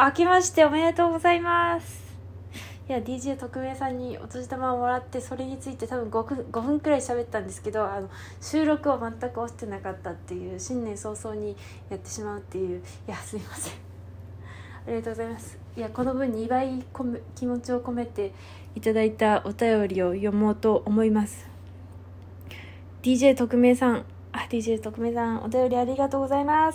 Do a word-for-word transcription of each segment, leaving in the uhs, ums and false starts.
明けましておめでとうございます。いや ディージェー 特命さんにお年玉をもらって、それについて多分 5, 分ごふんくらい喋ったんですけど、あの収録を全く押してなかったっていう、新年早々にやってしまうっていう、いやすいません、ありがとうございます。いやこの分にばいこめ気持ちを込めていただいたお便りを読もうと思います。 ディージェー 特命さん、あ ディージェー 特命さん、お便りありがとうございます。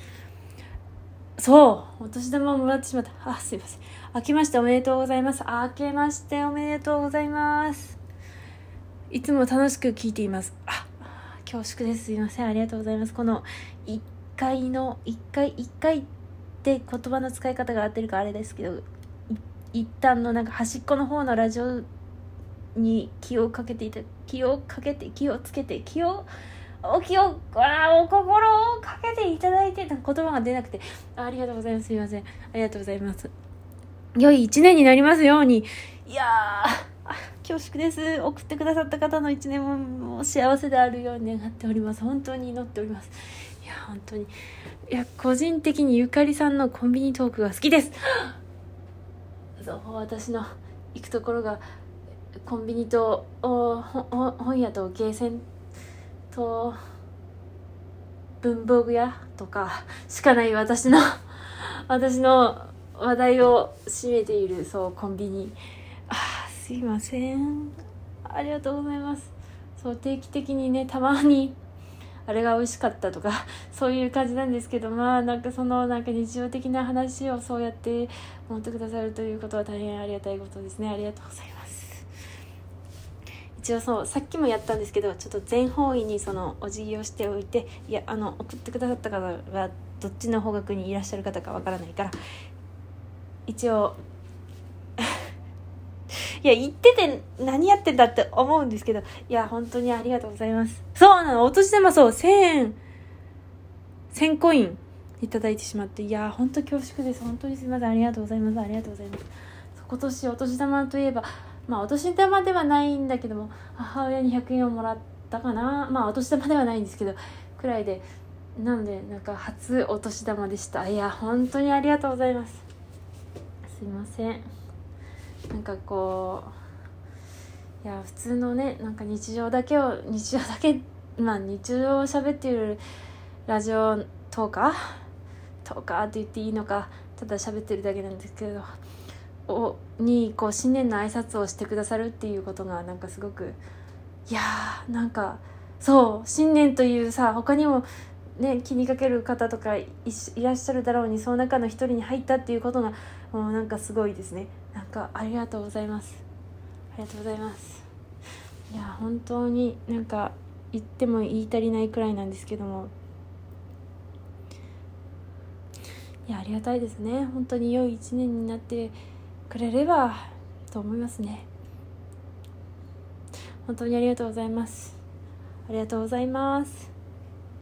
そうお年玉をもらってしまった。あすいません。明けましておめでとうございます。明けましておめでとうございます。いつも楽しく聞いています。あ恐縮です。すいません、ありがとうございます。このいっかいのいっかいいっかいって言葉の使い方が合ってるかあれですけど、一旦のなんか端っこの方のラジオに気をかけていた気をかけて気をつけて気をお気をあお心をかけていただいて、言葉が出なくて あ, ありがとうございます。すいません、ありがとうございます。良い一年になりますように。いやー恐縮です。送ってくださった方の一年ももう幸せであるように願っております。本当に祈っております。いや本当に、いや個人的にゆかりさんのコンビニトークが好きです。そう私の行くところがコンビニと本屋とゲーセンと文房具屋とかしかない私の私の話題を占めている、そうコンビニ。あすいません、ありがとうございます。そう定期的にね、たまにあれが美味しかったとかそういう感じなんですけど、まあなんかそのなんか日常的な話をそうやって思ってくださるということは大変ありがたいことですね。ありがとうございます。一応そうさっきもやったんですけど、ちょっと全方位にそのお辞儀をしておいて、いやあの送ってくださった方がどっちの方角にいらっしゃる方かわからないから、一応いや言ってて何やってんだって思うんですけど、いや本当にありがとうございます。そうなの、お年玉そうせんえんせんコインいただいてしまって、いや本当恐縮です。本当にすみません、ありがとうございます。ありがとうございます。今年お年玉といえば、まあお年玉ではないんだけども、母親にひゃくえんをもらったかな。まあお年玉ではないんですけどくらいで、なのでなんか初お年玉でした。いや本当にありがとうございます。すいません、なんかこういや普通のね、なんか日常だけを日常だけまあ日常を喋っているラジオトーカートーカーって言っていいのか、ただ喋ってるだけなんですけどおにこう新年の挨拶をしてくださるっていうことがなんかすごく、いやーなんかそう新年というさ、他にもね気にかける方とか い, いらっしゃるだろうに、その中の一人に入ったっていうことがもうなんかすごいですね。なんかありがとうございます。ありがとうございます。いや本当になんか言っても言い足りないくらいなんですけども、いやありがたいですね。本当に良い一年になってくれればと思いますね。本当にありがとうございます。ありがとうございます。